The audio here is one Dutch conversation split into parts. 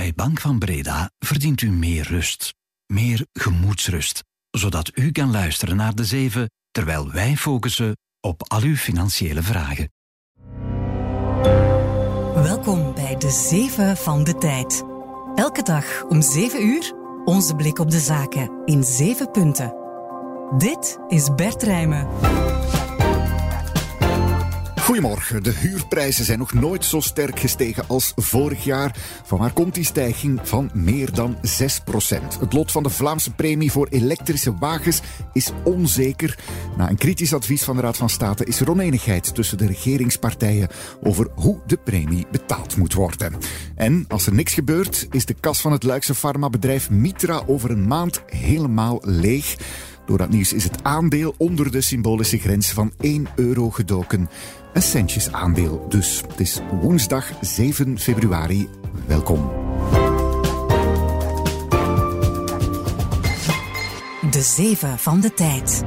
Bij Bank van Breda verdient u meer rust. Meer gemoedsrust. Zodat u kan luisteren naar De Zeven, terwijl wij focussen op al uw financiële vragen. Welkom bij De Zeven van de Tijd. Elke dag om 7 uur onze blik op de zaken in 7 punten. Dit is Bert Rijmen. Goedemorgen. De huurprijzen zijn nog nooit zo sterk gestegen als vorig jaar. Vanwaar komt die stijging van meer dan 6%? Het lot van de Vlaamse premie voor elektrische wagens is onzeker. Na een kritisch advies van de Raad van State is er oneenigheid tussen de regeringspartijen over hoe de premie betaald moet worden. En als er niks gebeurt, is de kas van het Luikse farmabedrijf Mitra over een maand helemaal leeg. Door dat nieuws is het aandeel onder de symbolische grens van €1 gedoken. Een centjesaandeel dus. Het is woensdag 7 februari. Welkom. De Zeven van de Tijd.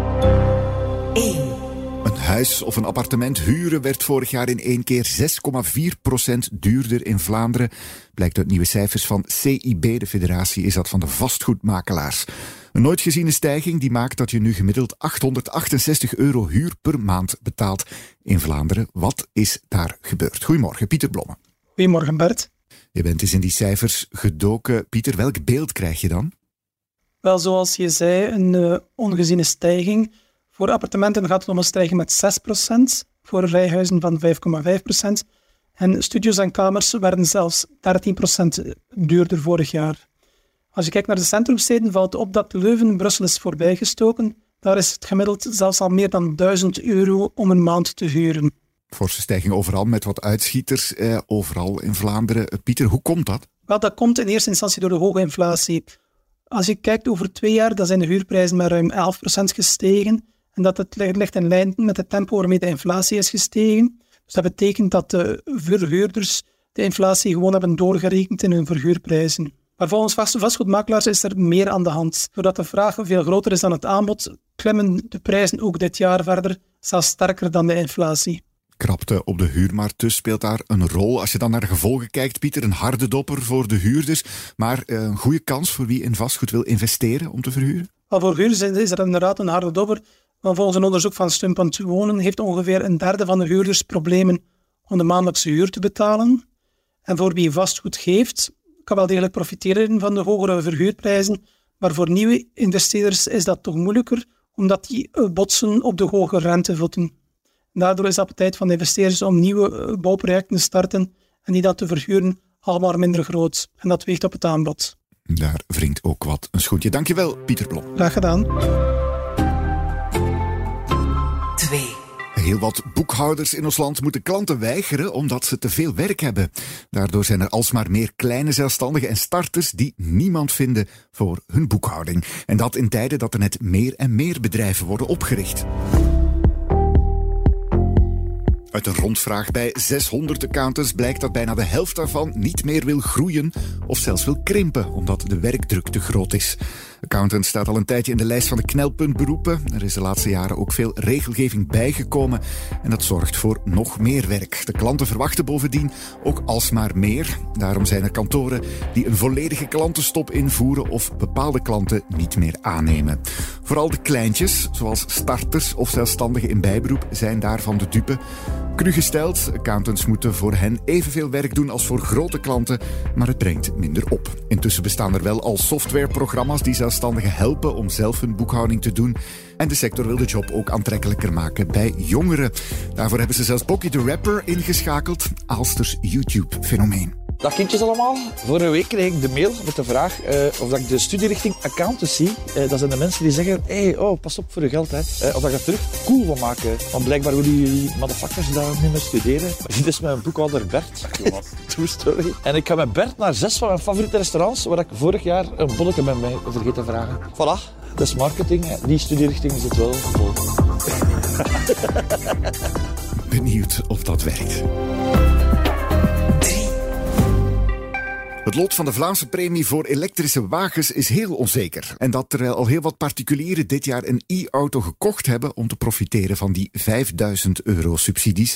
1. Een huis of een appartement huren werd vorig jaar in één keer 6,4% duurder in Vlaanderen. Blijkt uit nieuwe cijfers van CIB, de federatie is dat van de vastgoedmakelaars. Een nooit geziene stijging die maakt dat je nu gemiddeld €868 huur per maand betaalt in Vlaanderen. Wat is daar gebeurd? Goedemorgen, Pieter Blomme. Goedemorgen, Bert. Je bent eens in die cijfers gedoken. Pieter, welk beeld krijg je dan? Wel, zoals je zei, een ongeziene stijging. Voor appartementen gaat het om een stijging met 6%, voor rijhuizen van 5,5%. En studios en kamers werden zelfs 13% duurder vorig jaar. Als je kijkt naar de centrumsteden, valt op dat Leuven Brussel is voorbijgestoken. Daar is het gemiddeld zelfs al meer dan €1000 om een maand te huren. Forse stijging overal, met wat uitschieters overal in Vlaanderen. Pieter, hoe komt dat? Wel, dat komt in eerste instantie door de hoge inflatie. Als je kijkt over 2 jaar, dan zijn de huurprijzen met ruim 11% gestegen. En dat ligt in lijn met het tempo waarmee de inflatie is gestegen. Dus dat betekent dat de verhuurders de inflatie gewoon hebben doorgerekend in hun verhuurprijzen. Maar volgens vastgoedmakelaars is er meer aan de hand. Doordat de vraag veel groter is dan het aanbod, klimmen de prijzen ook dit jaar verder, zelfs sterker dan de inflatie. Krapte op de huurmarkt dus speelt daar een rol. Als je dan naar de gevolgen kijkt, Pieter, een harde dopper voor de huurders, maar een goede kans voor wie in vastgoed wil investeren om te verhuren? Wel, voor huurders is er inderdaad een harde dopper. Maar volgens een onderzoek van Stum.ch Wonen heeft ongeveer een derde van de huurders problemen om de maandelijkse huur te betalen. En voor wie vastgoed geeft, kan wel degelijk profiteren van de hogere verhuurprijzen. Maar voor nieuwe investeerders is dat toch moeilijker, omdat die botsen op de hoge rentevoeten. Daardoor is de appetijt van de investeerders om nieuwe bouwprojecten te starten en die dat te verhuren allemaal minder groot. En dat weegt op het aanbod. Daar wringt ook wat een schoentje. Dankjewel, Pieter Blom. Graag gedaan. 2. Heel wat boekhouders in ons land moeten klanten weigeren omdat ze te veel werk hebben. Daardoor zijn er alsmaar meer kleine zelfstandigen en starters die niemand vinden voor hun boekhouding. En dat in tijden dat er net meer en meer bedrijven worden opgericht. Uit een rondvraag bij 600 accountants blijkt dat bijna de helft daarvan niet meer wil groeien of zelfs wil krimpen, omdat de werkdruk te groot is. Accountant staat al een tijdje in de lijst van de knelpuntberoepen. Er is de laatste jaren ook veel regelgeving bijgekomen en dat zorgt voor nog meer werk. De klanten verwachten bovendien ook alsmaar meer. Daarom zijn er kantoren die een volledige klantenstop invoeren of bepaalde klanten niet meer aannemen. Vooral de kleintjes, zoals starters of zelfstandigen in bijberoep, zijn daarvan de dupe. Cru gesteld, accountants moeten voor hen evenveel werk doen als voor grote klanten, maar het brengt minder op. Intussen bestaan er wel al softwareprogramma's die zelfstandigen helpen om zelf hun boekhouding te doen. En de sector wil de job ook aantrekkelijker maken bij jongeren. Daarvoor hebben ze zelfs Bokkie de Rapper ingeschakeld, Aalsters YouTube-fenomeen. Dag kindjes allemaal. Vorige week kreeg ik de mail met de vraag of dat ik de studierichting accountancy, dat zijn de mensen die zeggen, pas op voor je geld, hè. Of dat ik dat terug cool wil maken. Want blijkbaar willen jullie motherfuckers daar niet meer studeren. Dit is mijn boekhouder Bert. True story. En ik ga met Bert naar 6 van mijn favoriete restaurants, waar ik vorig jaar een bolletje met mij vergeten te vragen. Voilà, dat is marketing. Die studierichting zit wel vol. Benieuwd of dat werkt. Het lot van de Vlaamse premie voor elektrische wagens is heel onzeker. En dat terwijl al heel wat particulieren dit jaar een e-auto gekocht hebben om te profiteren van die €5000 subsidies.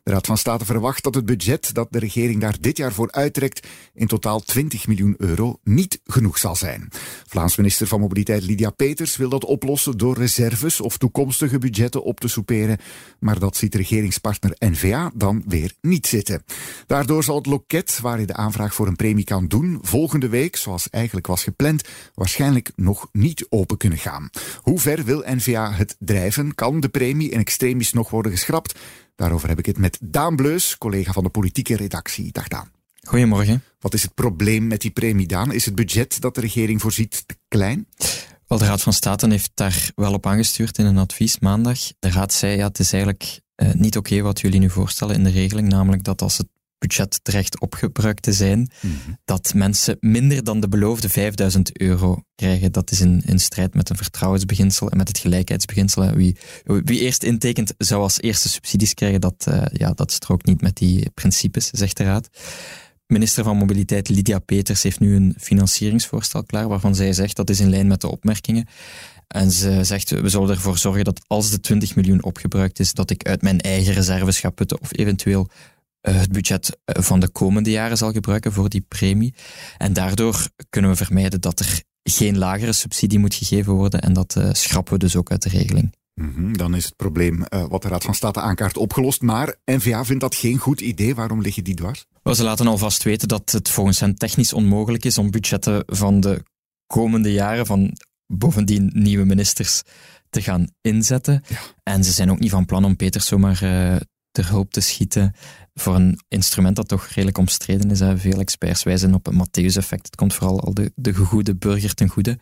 De Raad van State verwacht dat het budget dat de regering daar dit jaar voor uittrekt in totaal 20 miljoen euro niet genoeg zal zijn. Vlaams minister van Mobiliteit Lydia Peters wil dat oplossen door reserves of toekomstige budgetten op te soeperen, maar dat ziet regeringspartner N-VA dan weer niet zitten. Daardoor zal het loket waar je de aanvraag voor een premie kan doen volgende week, zoals eigenlijk was gepland, waarschijnlijk nog niet open kunnen gaan. Hoe ver wil N-VA het drijven? Kan de premie in extremis nog worden geschrapt? Daarover heb ik het met Daan Bleus, collega van de politieke redactie. Dag Daan. Goedemorgen. Wat is het probleem met die premie, Daan? Is het budget dat de regering voorziet te klein? Wel, de Raad van State heeft daar wel op aangestuurd in een advies maandag. De Raad zei, het is eigenlijk niet oké wat jullie nu voorstellen in de regeling, namelijk dat als het budget dreigt opgebruikt te zijn, dat mensen minder dan de beloofde €5.000 krijgen. Dat is in strijd met een vertrouwensbeginsel en met het gelijkheidsbeginsel. Wie eerst intekent, zou als eerste subsidies krijgen. Dat strookt niet met die principes, zegt de Raad. Minister van Mobiliteit Lydia Peters heeft nu een financieringsvoorstel klaar, waarvan zij zegt dat is in lijn met de opmerkingen. En ze zegt, we zullen ervoor zorgen dat als de 20 miljoen opgebruikt is, dat ik uit mijn eigen reserves ga putten of eventueel het budget van de komende jaren zal gebruiken voor die premie. En daardoor kunnen we vermijden dat er geen lagere subsidie moet gegeven worden en dat schrappen we dus ook uit de regeling. Dan is het probleem wat de Raad van State aankaart opgelost, maar N-VA vindt dat geen goed idee. Waarom liggen die dwars? Wel, ze laten alvast weten dat het volgens hen technisch onmogelijk is om budgetten van de komende jaren, van bovendien nieuwe ministers, te gaan inzetten. Ja. En ze zijn ook niet van plan om Peters zomaar ter hulp te schieten voor een instrument dat toch redelijk omstreden is. Veel experts wijzen op het Matthäus-effect. Het komt vooral al de gegoede burger ten goede.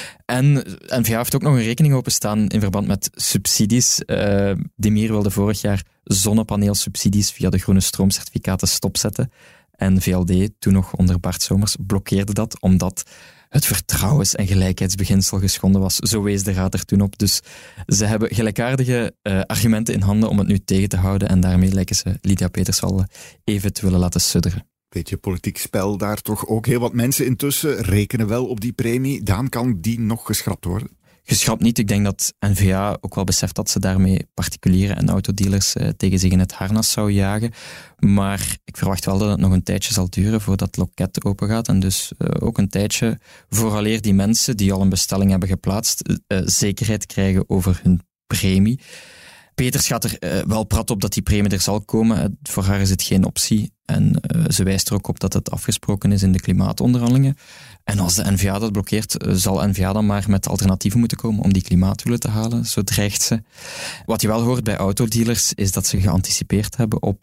En N-VA heeft ook nog een rekening openstaan in verband met subsidies. Demir wilde vorig jaar zonnepaneelsubsidies via de groene stroomcertificaten stopzetten. En VLD, toen nog onder Bart Somers, blokkeerde dat, omdat het vertrouwens- en gelijkheidsbeginsel geschonden was. Zo wees de Raad er toen op. Dus ze hebben gelijkaardige argumenten in handen om het nu tegen te houden en daarmee lijken ze Lydia Peters al even te willen laten sudderen. Beetje politiek spel daar toch ook. Heel wat mensen intussen rekenen wel op die premie. Dan kan die nog geschrapt worden. Geschrapt niet. Ik denk dat N-VA ook wel beseft dat ze daarmee particulieren en autodealers tegen zich in het harnas zou jagen. Maar ik verwacht wel dat het nog een tijdje zal duren voordat het loket open gaat. En dus ook een tijdje vooraleer die mensen die al een bestelling hebben geplaatst zekerheid krijgen over hun premie. Peters gaat er wel prat op dat die premie er zal komen. Voor haar is het geen optie. En ze wijst er ook op dat het afgesproken is in de klimaatonderhandelingen. En als de N-VA dat blokkeert, zal N-VA dan maar met alternatieven moeten komen om die klimaatdoelen te halen. Zo dreigt ze. Wat je wel hoort bij autodealers is dat ze geanticipeerd hebben op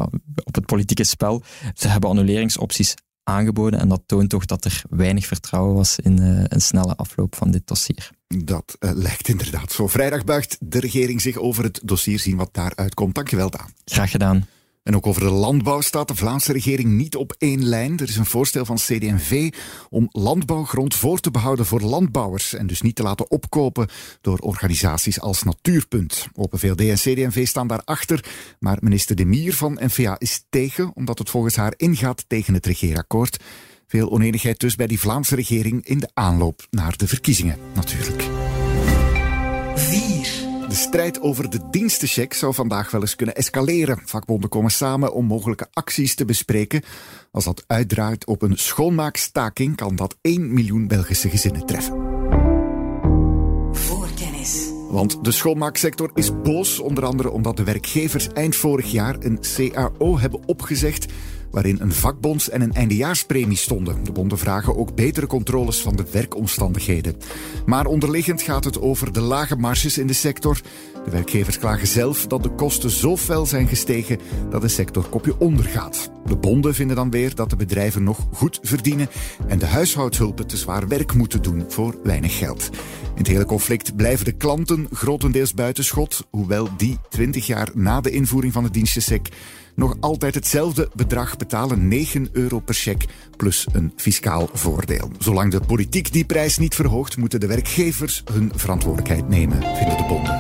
het politieke spel. Ze hebben annuleringsopties aangeboden en dat toont toch dat er weinig vertrouwen was in een snelle afloop van dit dossier. Dat lijkt inderdaad zo. Vrijdag buigt de regering zich over het dossier, zien wat daaruit komt. Dankjewel, Daan. Graag gedaan. En ook over de landbouw staat de Vlaamse regering niet op één lijn. Er is een voorstel van CD&V om landbouwgrond voor te behouden voor landbouwers en dus niet te laten opkopen door organisaties als Natuurpunt. Open VLD en CD&V staan daarachter, maar minister Demir van N-VA is tegen, omdat het volgens haar ingaat tegen het regeerakkoord. Veel onenigheid dus bij die Vlaamse regering in de aanloop naar de verkiezingen, natuurlijk. 4. De strijd over de dienstencheck zou vandaag wel eens kunnen escaleren. Vakbonden komen samen om mogelijke acties te bespreken. Als dat uitdraait op een schoonmaakstaking, kan dat 1 miljoen Belgische gezinnen treffen. Voorkennis. Want de schoonmaaksector is boos, onder andere omdat de werkgevers eind vorig jaar een CAO hebben opgezegd, waarin een vakbonds- en een eindejaarspremie stonden. De bonden vragen ook betere controles van de werkomstandigheden. Maar onderliggend gaat het over de lage marges in de sector. De werkgevers klagen zelf dat de kosten zo fel zijn gestegen dat de sector kopje onder gaat. De bonden vinden dan weer dat de bedrijven nog goed verdienen en de huishoudhulpen te zwaar werk moeten doen voor weinig geld. In het hele conflict blijven de klanten grotendeels buitenschot, hoewel die 20 jaar na de invoering van de dienstencheck nog altijd hetzelfde bedrag betalen, €9 per cheque, plus een fiscaal voordeel. Zolang de politiek die prijs niet verhoogt, moeten de werkgevers hun verantwoordelijkheid nemen, vinden de bonden.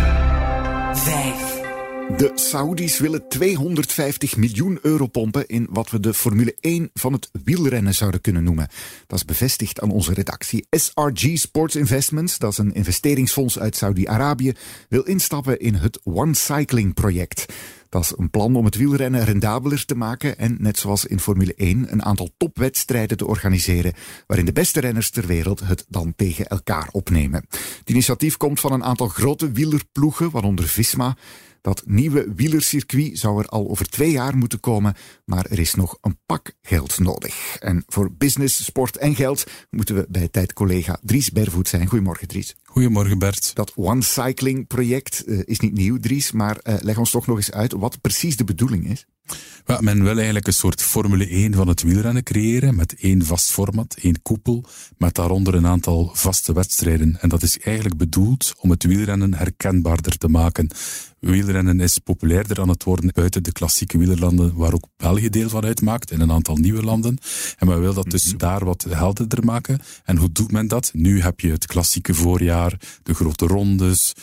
5. De Saoedi's willen €250 miljoen pompen in wat we de Formule 1 van het wielrennen zouden kunnen noemen. Dat is bevestigd aan onze redactie. SRG Sports Investments, dat is een investeringsfonds uit Saudi-Arabië, wil instappen in het One Cycling project. Dat is een plan om het wielrennen rendabeler te maken en, net zoals in Formule 1, een aantal topwedstrijden te organiseren waarin de beste renners ter wereld het dan tegen elkaar opnemen. Het initiatief komt van een aantal grote wielerploegen, waaronder Visma. Dat nieuwe wielercircuit zou er al over 2 jaar moeten komen, maar er is nog een pak geld nodig. En voor business, sport en geld moeten we bij tijdcollega Dries Bervoet zijn. Goedemorgen, Dries. Goedemorgen, Bert. Dat One Cycling project is niet nieuw, Dries, maar leg ons toch nog eens uit wat precies de bedoeling is. Ja, men wil eigenlijk een soort Formule 1 van het wielrennen creëren, met 1 vast format, 1 koepel, met daaronder een aantal vaste wedstrijden. En dat is eigenlijk bedoeld om het wielrennen herkenbaarder te maken. Wielrennen is populairder aan het worden buiten de klassieke wielerlanden, waar ook België deel van uitmaakt, in een aantal nieuwe landen. En men wil dat dus daar wat helderder maken. En hoe doet men dat? Nu heb je het klassieke voorjaar, de grote rondes,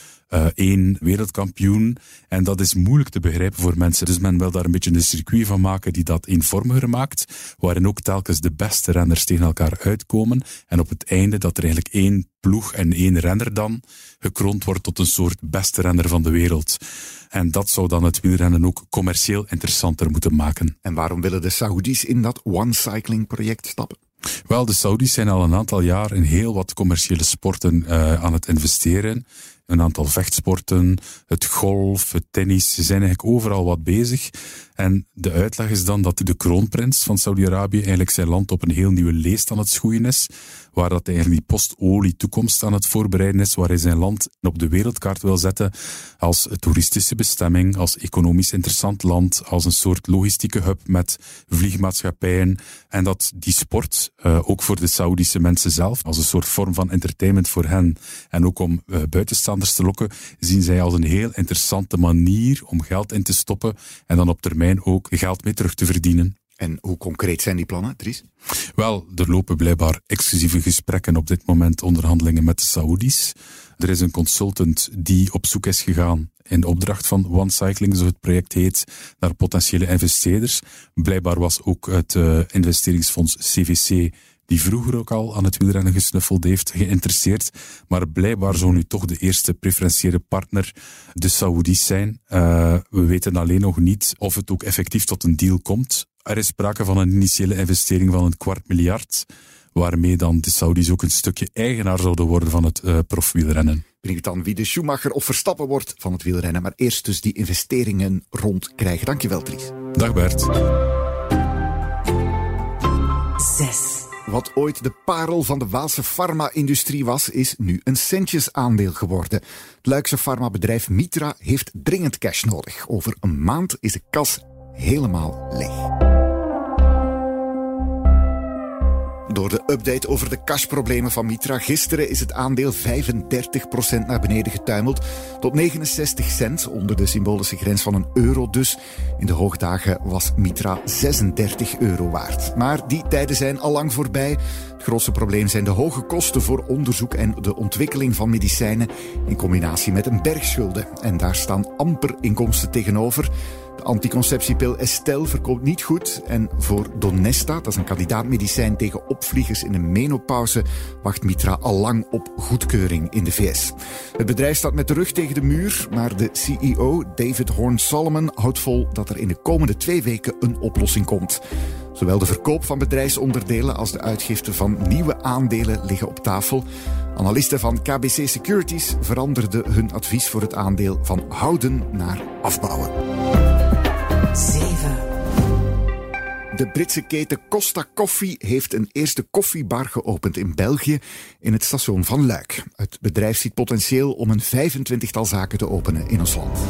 1 wereldkampioen. En dat is moeilijk te begrijpen voor mensen. Dus men wil daar een beetje een circuit van maken die dat eenvormiger maakt, waarin ook telkens de beste renners tegen elkaar uitkomen. En op het einde dat er eigenlijk 1 ploeg en 1 renner dan gekroond wordt tot een soort beste renner van de wereld. En dat zou dan het wielrennen ook commercieel interessanter moeten maken. En waarom willen de Saoedi's in dat One Cycling project stappen? Wel, de Saoedi's zijn al een aantal jaar in heel wat commerciële sporten aan het investeren. Een aantal vechtsporten, het golf, het tennis, ze zijn eigenlijk overal wat bezig. En de uitleg is dan dat de kroonprins van Saudi-Arabië eigenlijk zijn land op een heel nieuwe leest aan het schoeien is, waar dat eigenlijk die post-olie toekomst aan het voorbereiden is, waar hij zijn land op de wereldkaart wil zetten als toeristische bestemming, als economisch interessant land, als een soort logistieke hub met vliegmaatschappijen. En dat die sport, ook voor de Saoedische mensen zelf, als een soort vorm van entertainment voor hen, en ook om buitenstaanders te lokken, zien zij als een heel interessante manier om geld in te stoppen en dan op termijn ook geld mee terug te verdienen. En hoe concreet zijn die plannen, Dries? Wel, er lopen blijkbaar exclusieve gesprekken op dit moment, onderhandelingen met de Saoedi's. Er is een consultant die op zoek is gegaan in opdracht van One Cycling, zo het project heet, naar potentiële investeerders. Blijkbaar was ook het investeringsfonds CVC, die vroeger ook al aan het wielrennen gesnuffeld heeft, geïnteresseerd. Maar blijkbaar zou nu toch de eerste preferentiële partner de Saoedi's zijn. We weten alleen nog niet of het ook effectief tot een deal komt. Er is sprake van een initiële investering van €250 miljoen, waarmee dan de Saoedi's ook een stukje eigenaar zouden worden van het profwielrennen. Benieuwd dan wie de Schumacher of Verstappen wordt van het wielrennen, maar eerst dus die investeringen rondkrijgen. Dankjewel, Dries. Dag Bert. 6. Wat ooit de parel van de Waalse farma-industrie was, is nu een centjesaandeel geworden. Het Luikse farmabedrijf Mitra heeft dringend cash nodig. Over een maand is de kas helemaal leeg. Door de update over de cashproblemen van Mitra gisteren is het aandeel 35% naar beneden getuimeld. Tot 69 cent, onder de symbolische grens van €1 dus. In de hoogdagen was Mitra €36 waard. Maar die tijden zijn al lang voorbij. Het grootste probleem zijn de hoge kosten voor onderzoek en de ontwikkeling van medicijnen in combinatie met een berg schulden. En daar staan amper inkomsten tegenover. De anticonceptiepil Estelle verkoopt niet goed. En voor Donesta, dat is een kandidaatmedicijn tegen opvliegers in de menopauze, wacht Mitra al lang op goedkeuring in de VS. Het bedrijf staat met de rug tegen de muur, maar de CEO, David Horne-Solomon, houdt vol dat er in de komende 2 weken een oplossing komt. Zowel de verkoop van bedrijfsonderdelen als de uitgifte van nieuwe aandelen liggen op tafel. Analisten van KBC Securities veranderden hun advies voor het aandeel van houden naar afbouwen. 7. De Britse keten Costa Coffee heeft een eerste koffiebar geopend in België in het station van Luik. Het bedrijf ziet potentieel om een 25-tal zaken te openen in ons land.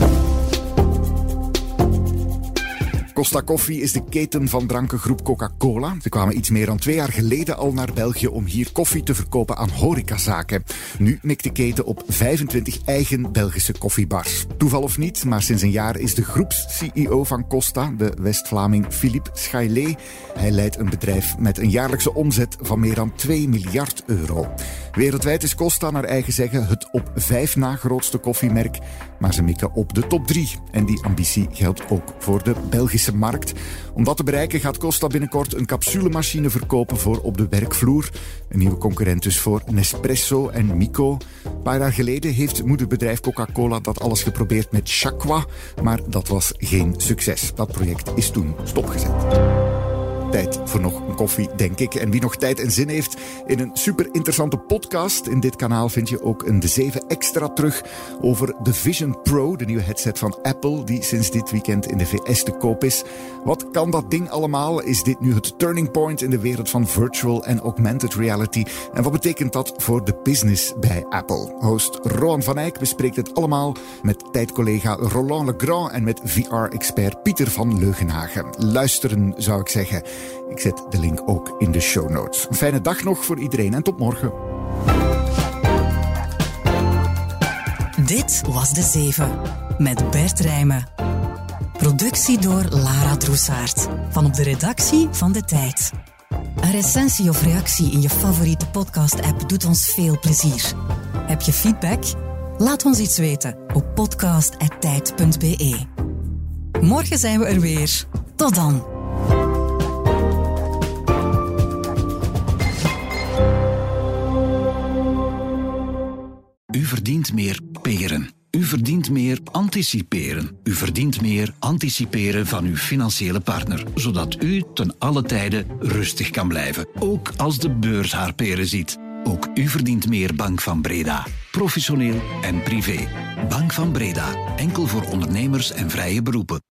Costa Coffee is de keten van drankengroep Coca-Cola. Ze kwamen iets meer dan 2 jaar geleden al naar België om hier koffie te verkopen aan horecazaken. Nu mikt de keten op 25 eigen Belgische koffiebars. Toeval of niet, maar sinds een jaar is de groeps-CEO van Costa, de West-Vlaming Philippe Schailé. Hij leidt een bedrijf met een jaarlijkse omzet van meer dan €2 miljard. Wereldwijd is Costa naar eigen zeggen het op 5 na grootste koffiemerk, maar ze mikken op de top 3. En die ambitie geldt ook voor de Belgische Belgische markt. Om dat te bereiken gaat Costa binnenkort een capsulemachine verkopen voor op de werkvloer. Een nieuwe concurrent dus voor Nespresso en Mico. Een paar jaar geleden heeft moederbedrijf Coca-Cola dat alles geprobeerd met Chaqua, maar dat was geen succes. Dat project is toen stopgezet. Tijd voor nog een koffie, denk ik. En wie nog tijd en zin heeft in een super interessante podcast. In dit kanaal vind je ook een De 7 Extra terug over de Vision Pro, de nieuwe headset van Apple, die sinds dit weekend in de VS te koop is. Wat kan dat ding allemaal? Is dit nu het turning point in de wereld van virtual en augmented reality? En wat betekent dat voor de business bij Apple? Host Roan van Eyck bespreekt het allemaal met tijdcollega Roland Legrand en met VR-expert Pieter van Leugenhagen. Luisteren, zou ik zeggen. Ik zet de link ook in de show notes. Een fijne dag nog voor iedereen en tot morgen. Dit was De 7 met Bert Rijmen. Productie door Lara Droesaert van op de redactie van De Tijd. Een recensie of reactie in je favoriete podcast-app doet ons veel plezier. Heb je feedback? Laat ons iets weten op podcast@tijd.be. Morgen zijn we er weer. Tot dan. U verdient meer peren. U verdient meer anticiperen. U verdient meer anticiperen van uw financiële partner, zodat u ten alle tijde rustig kan blijven, ook als de beurs haar peren ziet. Ook u verdient meer Bank van Breda. Professioneel en privé. Bank van Breda. Enkel voor ondernemers en vrije beroepen.